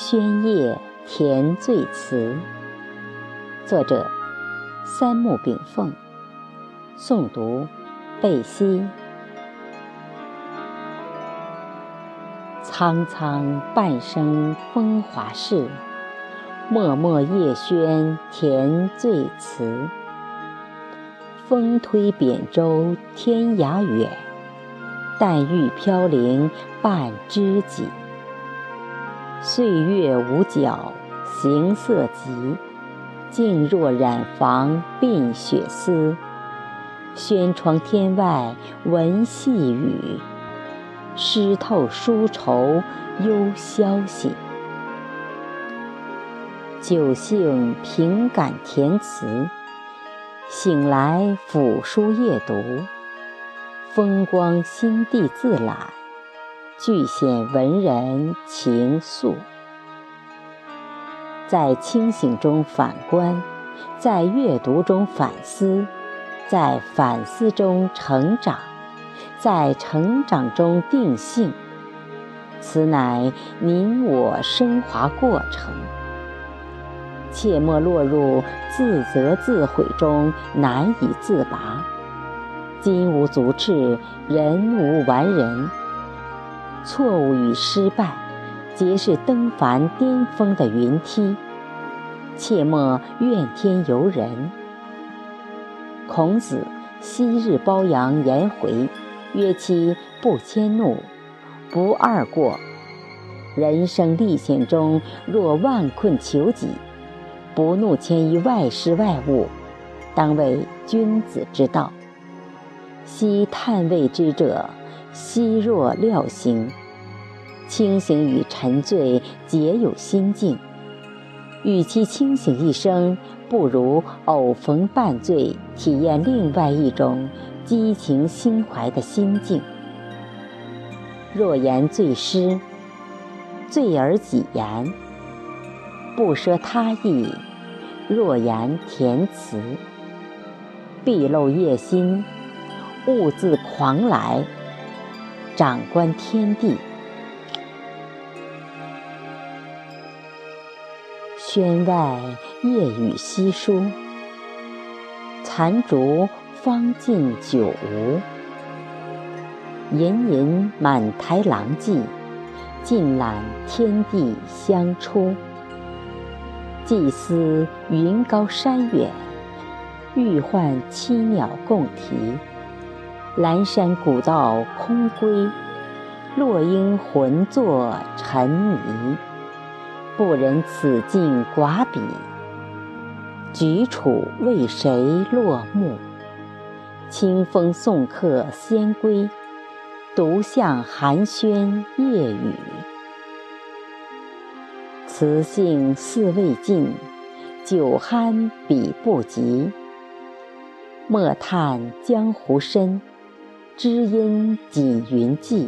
宣夜填醉词，作者三木炳凤，诵读贝西。苍苍半生风华事，脉脉夜轩填醉词。风推扁舟天涯远，但遇飘零半知己。岁月无脚行色急，静若染房鬓雪丝。轩窗天外闻细语，湿透书愁忧消息。酒兴凭感填词，醒来抚书夜读。风光心地自揽，俱显文人情愫。在清醒中反观，在阅读中反思，在反思中成长，在成长中定性。此乃您我升华过程，切莫落入自责自毁中难以自拔。金无足赤，人无完人。错误与失败，皆是登凡巅峰的云梯，切莫怨天尤人。孔子昔日褒扬颜回，曰其不迁怒，不贰过。人生历险中，若万困求己，不怒迁于外事外物，当为君子之道。昔叹谓之者，奚若料行。清醒与沉醉皆有心境，与其清醒一生，不如偶逢半醉，体验另外一种激情心怀的心境。若言醉诗，醉而己言，不奢他意，若言填词。毕露夜心，物自狂来，长观天地。轩外夜雨稀疏，残烛方尽酒无。隐隐满台狼藉，尽览天地相出。既思云高山远，欲唤栖鸟共啼。阑珊古道空归，落英魂作沉迷。不忍此境寡彼，举楚为谁落幕？清风送客先归，独向寒暄夜雨。词兴似未尽，酒酣笔不及。莫叹江湖深，知音锦云际。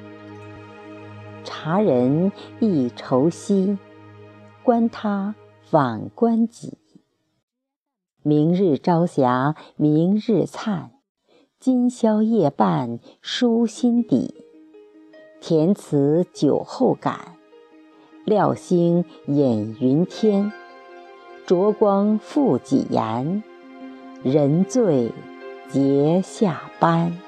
察人亦愁兮，观他反观己。明日朝霞明日灿，今宵夜半舒心底。填词酒后感，料星掩云天。灼光复几言，人醉结下斑。